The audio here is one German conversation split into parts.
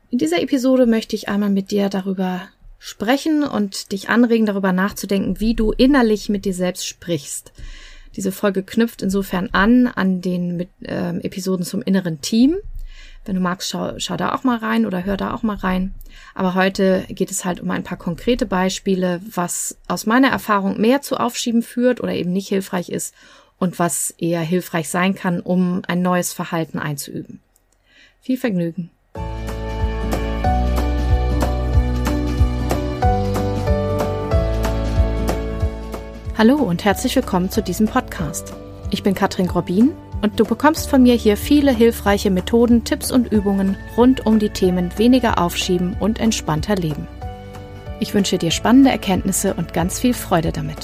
In dieser Episode möchte ich einmal mit dir darüber sprechen und dich anregen, darüber nachzudenken, wie du innerlich mit dir selbst sprichst. Diese Folge knüpft insofern an den Episoden zum inneren Team. Wenn du magst, schau da auch mal rein oder hör da auch mal rein. Aber heute geht es halt um ein paar konkrete Beispiele, was aus meiner Erfahrung mehr zu Aufschieben führt oder eben nicht hilfreich ist und was eher hilfreich sein kann, um ein neues Verhalten einzuüben. Viel Vergnügen! Hallo und herzlich willkommen zu diesem Podcast. Ich bin Katrin Grobin und du bekommst von mir hier viele hilfreiche Methoden, Tipps und Übungen rund um die Themen weniger aufschieben und entspannter leben. Ich wünsche dir spannende Erkenntnisse und ganz viel Freude damit.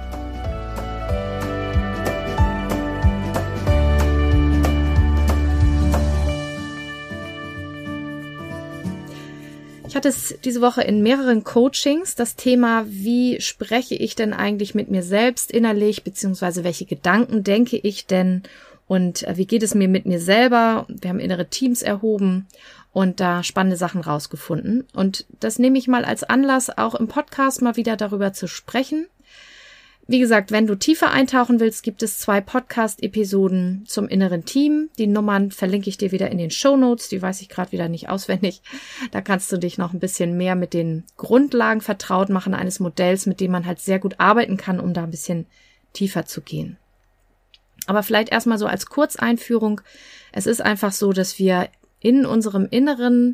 Ich hatte es diese Woche in mehreren Coachings, das Thema, wie spreche ich denn eigentlich mit mir selbst innerlich, beziehungsweise welche Gedanken denke ich denn und wie geht es mir mit mir selber? Wir haben innere Teams erhoben und da spannende Sachen rausgefunden. Und das nehme ich mal als Anlass, auch im Podcast mal wieder darüber zu sprechen. Wie gesagt, wenn du tiefer eintauchen willst, gibt es 2 Podcast-Episoden zum inneren Team. Die Nummern verlinke ich dir wieder in den Shownotes, die weiß ich gerade wieder nicht auswendig. Da kannst du dich noch ein bisschen mehr mit den Grundlagen vertraut machen eines Modells, mit dem man halt sehr gut arbeiten kann, um da ein bisschen tiefer zu gehen. Aber vielleicht erstmal so als Kurzeinführung. Es ist einfach so, dass wir in unserem Inneren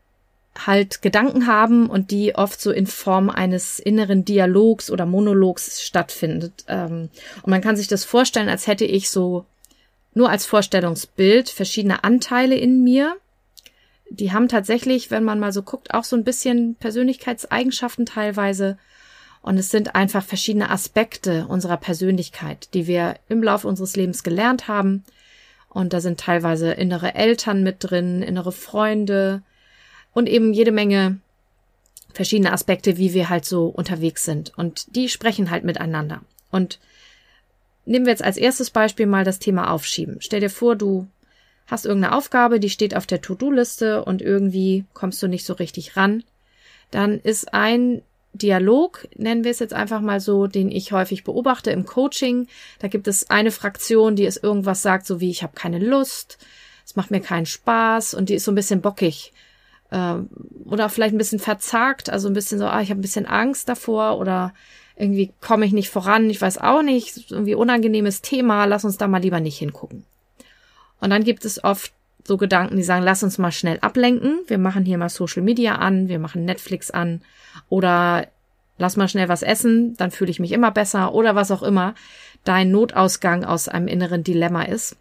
halt Gedanken haben und die oft so in Form eines inneren Dialogs oder Monologs stattfindet. Und man kann sich das vorstellen, als hätte ich so nur als Vorstellungsbild verschiedene Anteile in mir. Die haben tatsächlich, wenn man mal so guckt, auch so ein bisschen Persönlichkeitseigenschaften teilweise. Und es sind einfach verschiedene Aspekte unserer Persönlichkeit, die wir im Laufe unseres Lebens gelernt haben. Und da sind teilweise innere Eltern mit drin, innere Freunde, und eben jede Menge verschiedene Aspekte, wie wir halt so unterwegs sind. Und die sprechen halt miteinander. Und nehmen wir jetzt als erstes Beispiel mal das Thema Aufschieben. Stell dir vor, du hast irgendeine Aufgabe, die steht auf der To-Do-Liste und irgendwie kommst du nicht so richtig ran. Dann ist ein Dialog, nennen wir es jetzt einfach mal so, den ich häufig beobachte im Coaching. Da gibt es eine Fraktion, die es irgendwas sagt, so wie ich habe keine Lust, es macht mir keinen Spaß und die ist so ein bisschen bockig. Oder vielleicht ein bisschen verzagt, also ein bisschen so, ich habe ein bisschen Angst davor oder irgendwie komme ich nicht voran, ich weiß auch nicht, irgendwie unangenehmes Thema, lass uns da mal lieber nicht hingucken. Und dann gibt es oft so Gedanken, die sagen, lass uns mal schnell ablenken, wir machen hier mal Social Media an, wir machen Netflix an oder lass mal schnell was essen, dann fühle ich mich immer besser oder was auch immer dein Notausgang aus einem inneren Dilemma ist.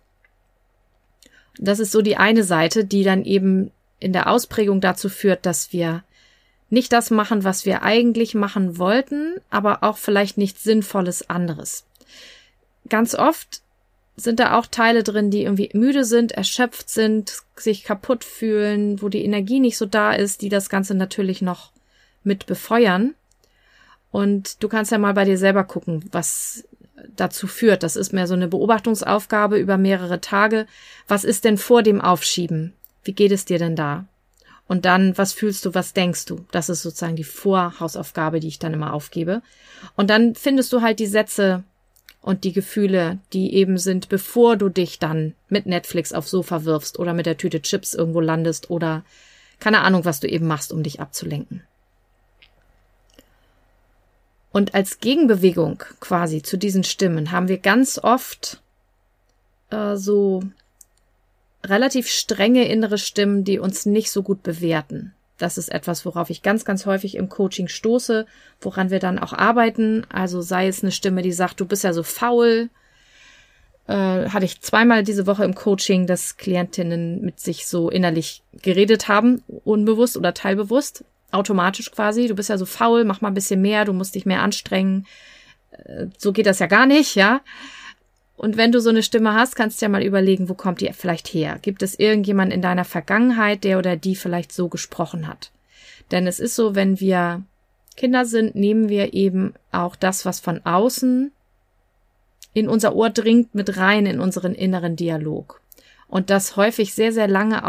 Das ist so die eine Seite, die dann eben in der Ausprägung dazu führt, dass wir nicht das machen, was wir eigentlich machen wollten, aber auch vielleicht nichts Sinnvolles anderes. Ganz oft sind da auch Teile drin, die irgendwie müde sind, erschöpft sind, sich kaputt fühlen, wo die Energie nicht so da ist, die das Ganze natürlich noch mit befeuern. Und du kannst ja mal bei dir selber gucken, was dazu führt. Das ist mehr so eine Beobachtungsaufgabe über mehrere Tage. Was ist denn vor dem Aufschieben? Wie geht es dir denn da? Und dann, was fühlst du, was denkst du? Das ist sozusagen die Vorhausaufgabe, die ich dann immer aufgebe. Und dann findest du halt die Sätze und die Gefühle, die eben sind, bevor du dich dann mit Netflix aufs Sofa wirfst oder mit der Tüte Chips irgendwo landest oder keine Ahnung, was du eben machst, um dich abzulenken. Und als Gegenbewegung quasi zu diesen Stimmen haben wir ganz oft so relativ strenge innere Stimmen, die uns nicht so gut bewerten. Das ist etwas, worauf ich ganz, ganz häufig im Coaching stoße, woran wir dann auch arbeiten. Also sei es eine Stimme, die sagt, du bist ja so faul. Hatte ich 2-mal diese Woche im Coaching, dass Klientinnen mit sich so innerlich geredet haben, unbewusst oder teilbewusst, automatisch quasi. Du bist ja so faul, mach mal ein bisschen mehr, du musst dich mehr anstrengen. So geht das ja gar nicht, ja. Und wenn du so eine Stimme hast, kannst du ja mal überlegen, wo kommt die vielleicht her? Gibt es irgendjemand in deiner Vergangenheit, der oder die vielleicht so gesprochen hat? Denn es ist so, wenn wir Kinder sind, nehmen wir eben auch das, was von außen in unser Ohr dringt, mit rein in unseren inneren Dialog. Und das häufig sehr, sehr lange auch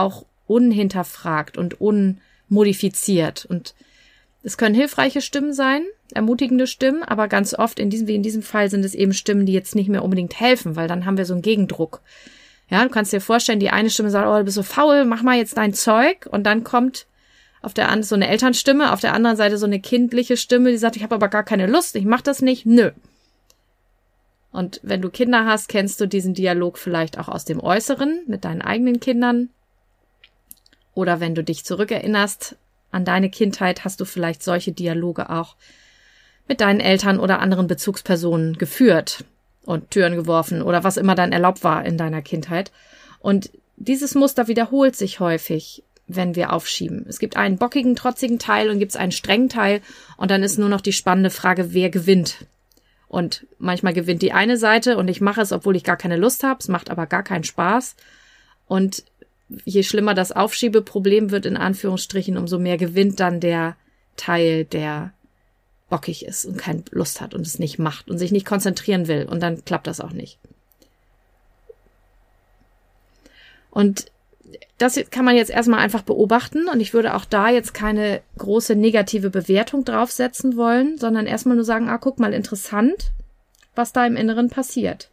unhinterfragt und unmodifiziert. Und es können hilfreiche Stimmen sein, ermutigende Stimmen, aber ganz oft wie in diesem Fall sind es eben Stimmen, die jetzt nicht mehr unbedingt helfen, weil dann haben wir so einen Gegendruck. Ja, du kannst dir vorstellen, die eine Stimme sagt, oh, du bist so faul, mach mal jetzt dein Zeug. Und dann kommt auf der anderen so eine Elternstimme, auf der anderen Seite so eine kindliche Stimme, die sagt, ich habe aber gar keine Lust, ich mach das nicht. Nö. Und wenn du Kinder hast, kennst du diesen Dialog vielleicht auch aus dem Äußeren mit deinen eigenen Kindern. Oder wenn du dich zurückerinnerst an deine Kindheit, hast du vielleicht solche Dialoge auch mit deinen Eltern oder anderen Bezugspersonen geführt und Türen geworfen oder was immer dann erlaubt war in deiner Kindheit. Und dieses Muster wiederholt sich häufig, wenn wir aufschieben. Es gibt einen bockigen, trotzigen Teil und gibt es einen strengen Teil und dann ist nur noch die spannende Frage, wer gewinnt. Und manchmal gewinnt die eine Seite und ich mache es, obwohl ich gar keine Lust habe. Es macht aber gar keinen Spaß. Und je schlimmer das Aufschiebeproblem wird, in Anführungsstrichen, umso mehr gewinnt dann der Teil, der bockig ist und keine Lust hat und es nicht macht und sich nicht konzentrieren will. Und dann klappt das auch nicht. Und das kann man jetzt erstmal einfach beobachten und ich würde auch da jetzt keine große negative Bewertung draufsetzen wollen, sondern erstmal nur sagen, guck mal, interessant, was da im Inneren passiert.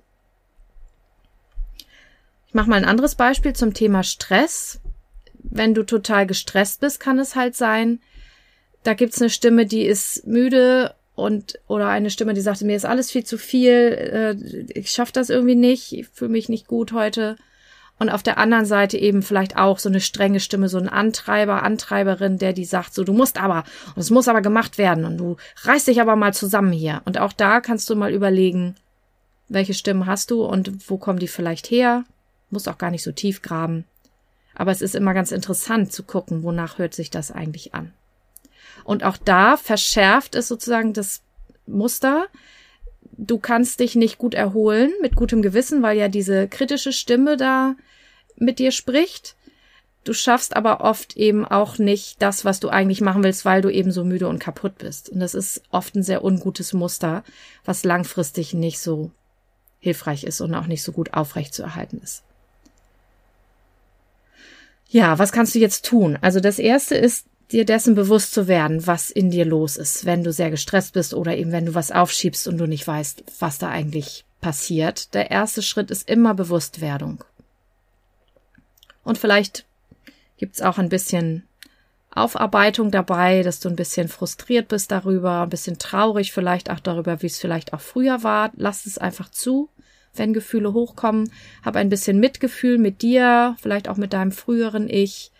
Ich mache mal ein anderes Beispiel zum Thema Stress. Wenn du total gestresst bist, kann es halt sein, da gibt's eine Stimme, die ist müde oder eine Stimme, die sagt, mir ist alles viel zu viel, ich schaffe das irgendwie nicht, ich fühle mich nicht gut heute. Und auf der anderen Seite eben vielleicht auch so eine strenge Stimme, so ein Antreiber, Antreiberin, die sagt so, du musst aber, und es muss aber gemacht werden und du reißt dich aber mal zusammen hier. Und auch da kannst du mal überlegen, welche Stimmen hast du und wo kommen die vielleicht her? Musst auch gar nicht so tief graben. Aber es ist immer ganz interessant zu gucken, wonach hört sich das eigentlich an. Und auch da verschärft es sozusagen das Muster. Du kannst dich nicht gut erholen mit gutem Gewissen, weil ja diese kritische Stimme da mit dir spricht. Du schaffst aber oft eben auch nicht das, was du eigentlich machen willst, weil du eben so müde und kaputt bist. Und das ist oft ein sehr ungutes Muster, was langfristig nicht so hilfreich ist und auch nicht so gut aufrechtzuerhalten ist. Ja, was kannst du jetzt tun? Also das Erste ist, dir dessen bewusst zu werden, was in dir los ist, wenn du sehr gestresst bist oder eben wenn du was aufschiebst und du nicht weißt, was da eigentlich passiert. Der erste Schritt ist immer Bewusstwerdung. Und vielleicht gibt's auch ein bisschen Aufarbeitung dabei, dass du ein bisschen frustriert bist darüber, ein bisschen traurig vielleicht auch darüber, wie es vielleicht auch früher war. Lass es einfach zu, wenn Gefühle hochkommen. Hab ein bisschen Mitgefühl mit dir, vielleicht auch mit deinem früheren Ich.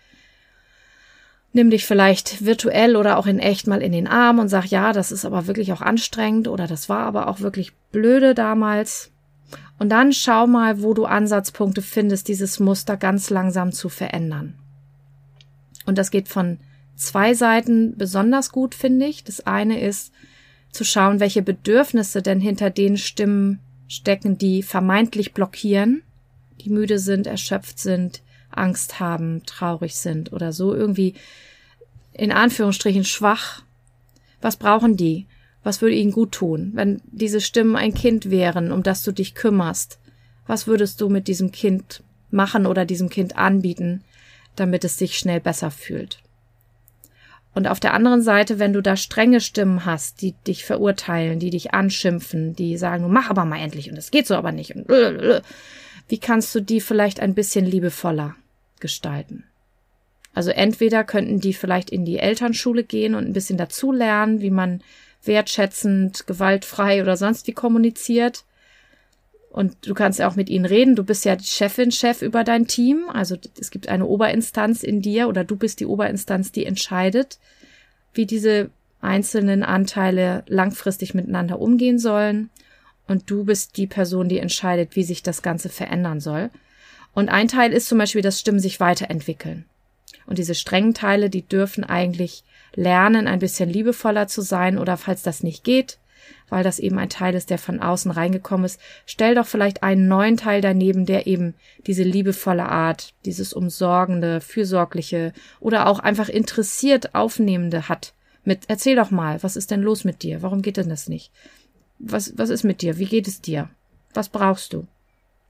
Nimm dich vielleicht virtuell oder auch in echt mal in den Arm und sag, ja, das ist aber wirklich auch anstrengend oder das war aber auch wirklich blöde damals. Und dann schau mal, wo du Ansatzpunkte findest, dieses Muster ganz langsam zu verändern. Und das geht von 2 Seiten besonders gut, finde ich. Das eine ist, zu schauen, welche Bedürfnisse denn hinter den Stimmen stecken, die vermeintlich blockieren, die müde sind, erschöpft sind, Angst haben, traurig sind oder so irgendwie in Anführungsstrichen schwach. Was brauchen die? Was würde ihnen gut tun? Wenn diese Stimmen ein Kind wären, um das du dich kümmerst, was würdest du mit diesem Kind machen oder diesem Kind anbieten, damit es sich schnell besser fühlt? Und auf der anderen Seite, wenn du da strenge Stimmen hast, die dich verurteilen, die dich anschimpfen, die sagen, du mach aber mal endlich und es geht so aber nicht und wie kannst du die vielleicht ein bisschen liebevoller gestalten? Also entweder könnten die vielleicht in die Elternschule gehen und ein bisschen dazulernen, wie man wertschätzend, gewaltfrei oder sonst wie kommuniziert. Und du kannst ja auch mit ihnen reden. Du bist ja Chefin, Chef über dein Team. Also es gibt eine Oberinstanz in dir oder du bist die Oberinstanz, die entscheidet, wie diese einzelnen Anteile langfristig miteinander umgehen sollen. Und du bist die Person, die entscheidet, wie sich das Ganze verändern soll. Und ein Teil ist zum Beispiel, dass Stimmen sich weiterentwickeln. Und diese strengen Teile, die dürfen eigentlich lernen, ein bisschen liebevoller zu sein oder falls das nicht geht, weil das eben ein Teil ist, der von außen reingekommen ist, stell doch vielleicht einen neuen Teil daneben, der eben diese liebevolle Art, dieses umsorgende, fürsorgliche oder auch einfach interessiert Aufnehmende hat. Erzähl doch mal, was ist denn los mit dir? Warum geht denn das nicht? Was ist mit dir? Wie geht es dir? Was brauchst du?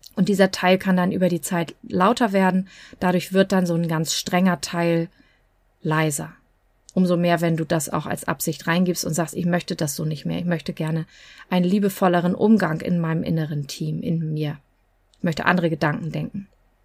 Und dieser Teil kann dann über die Zeit lauter werden. Dadurch wird dann so ein ganz strenger Teil leiser. Umso mehr, wenn du das auch als Absicht reingibst und sagst, ich möchte das so nicht mehr. Ich möchte gerne einen liebevolleren Umgang in meinem inneren Team, in mir. Ich möchte andere Gedanken denken.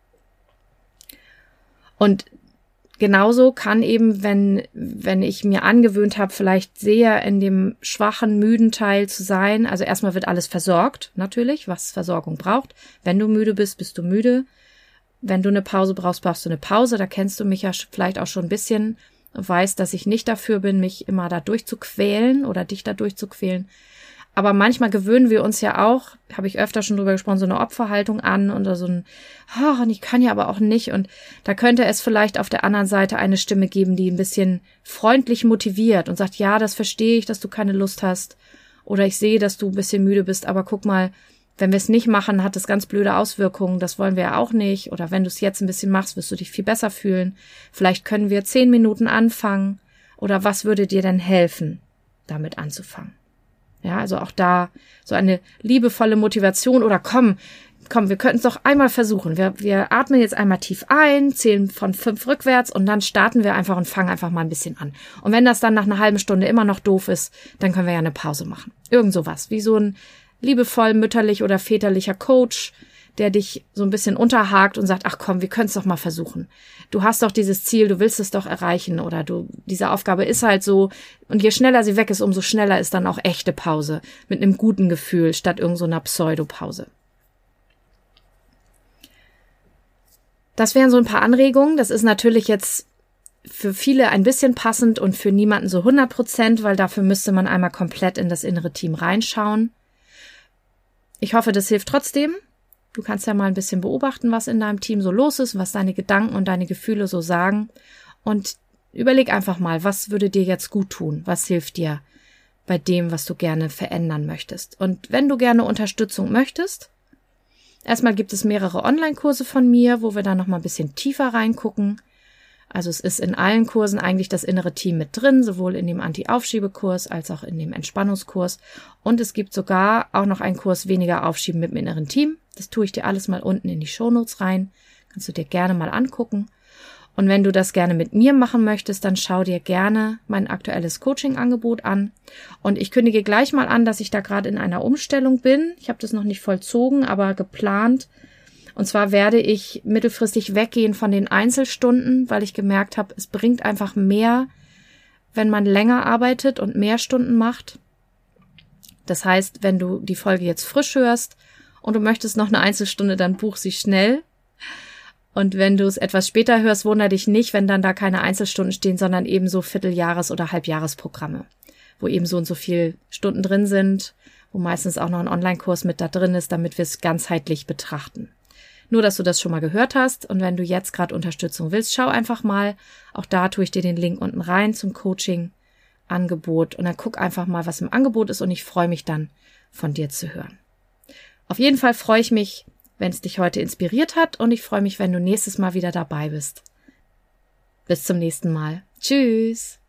Und genauso kann eben, wenn ich mir angewöhnt habe, vielleicht sehr in dem schwachen, müden Teil zu sein, also erstmal wird alles versorgt, natürlich, was Versorgung braucht. Wenn du müde bist, bist du müde. Wenn du eine Pause brauchst, brauchst du eine Pause. Da kennst du mich ja vielleicht auch schon ein bisschen und weißt, dass ich nicht dafür bin, mich immer da durchzuquälen oder dich da durchzuquälen. Aber manchmal gewöhnen wir uns ja auch, habe ich öfter schon drüber gesprochen, so eine Opferhaltung an oder so ein, und ich kann ja aber auch nicht. Und da könnte es vielleicht auf der anderen Seite eine Stimme geben, die ein bisschen freundlich motiviert und sagt, ja, das verstehe ich, dass du keine Lust hast. Oder ich sehe, dass du ein bisschen müde bist, aber guck mal, wenn wir es nicht machen, hat das ganz blöde Auswirkungen, das wollen wir ja auch nicht. Oder wenn du es jetzt ein bisschen machst, wirst du dich viel besser fühlen. Vielleicht können wir 10 Minuten anfangen. Oder was würde dir denn helfen, damit anzufangen? Ja, also auch da so eine liebevolle Motivation oder komm, wir könnten es doch einmal versuchen. Wir atmen jetzt einmal tief ein, zählen von 5 rückwärts und dann starten wir einfach und fangen einfach mal ein bisschen an. Und wenn das dann nach einer halben Stunde immer noch doof ist, dann können wir ja eine Pause machen. Irgend sowas, wie so ein liebevoll mütterlich oder väterlicher Coach, der dich so ein bisschen unterhakt und sagt, ach komm, wir können es doch mal versuchen. Du hast doch dieses Ziel, du willst es doch erreichen oder diese Aufgabe ist halt so. Und je schneller sie weg ist, umso schneller ist dann auch echte Pause mit einem guten Gefühl statt irgend so einer Pseudopause. Das wären so ein paar Anregungen. Das ist natürlich jetzt für viele ein bisschen passend und für niemanden so 100%, weil dafür müsste man einmal komplett in das innere Team reinschauen. Ich hoffe, das hilft trotzdem. Du kannst ja mal ein bisschen beobachten, was in deinem Team so los ist, was deine Gedanken und deine Gefühle so sagen. Und überleg einfach mal, was würde dir jetzt gut tun? Was hilft dir bei dem, was du gerne verändern möchtest? Und wenn du gerne Unterstützung möchtest, erstmal gibt es mehrere Online-Kurse von mir, wo wir da noch mal ein bisschen tiefer reingucken. Also es ist in allen Kursen eigentlich das innere Team mit drin, sowohl in dem Anti-Aufschiebekurs als auch in dem Entspannungskurs. Und es gibt sogar auch noch einen Kurs weniger Aufschieben mit dem inneren Team. Das tue ich dir alles mal unten in die Shownotes rein. Kannst du dir gerne mal angucken. Und wenn du das gerne mit mir machen möchtest, dann schau dir gerne mein aktuelles Coaching-Angebot an. Und ich kündige gleich mal an, dass ich da gerade in einer Umstellung bin. Ich habe das noch nicht vollzogen, aber geplant. Und zwar werde ich mittelfristig weggehen von den Einzelstunden, weil ich gemerkt habe, es bringt einfach mehr, wenn man länger arbeitet und mehr Stunden macht. Das heißt, wenn du die Folge jetzt frisch hörst und du möchtest noch eine Einzelstunde, dann buch sie schnell. Und wenn du es etwas später hörst, wundere dich nicht, wenn dann da keine Einzelstunden stehen, sondern eben so Vierteljahres- oder Halbjahresprogramme, wo eben so und so viel Stunden drin sind, wo meistens auch noch ein Online-Kurs mit da drin ist, damit wir es ganzheitlich betrachten. Nur, dass du das schon mal gehört hast und wenn du jetzt gerade Unterstützung willst, schau einfach mal. Auch da tue ich dir den Link unten rein zum Coaching-Angebot und dann guck einfach mal, was im Angebot ist und ich freue mich dann, von dir zu hören. Auf jeden Fall freue ich mich, wenn es dich heute inspiriert hat und ich freue mich, wenn du nächstes Mal wieder dabei bist. Bis zum nächsten Mal. Tschüss!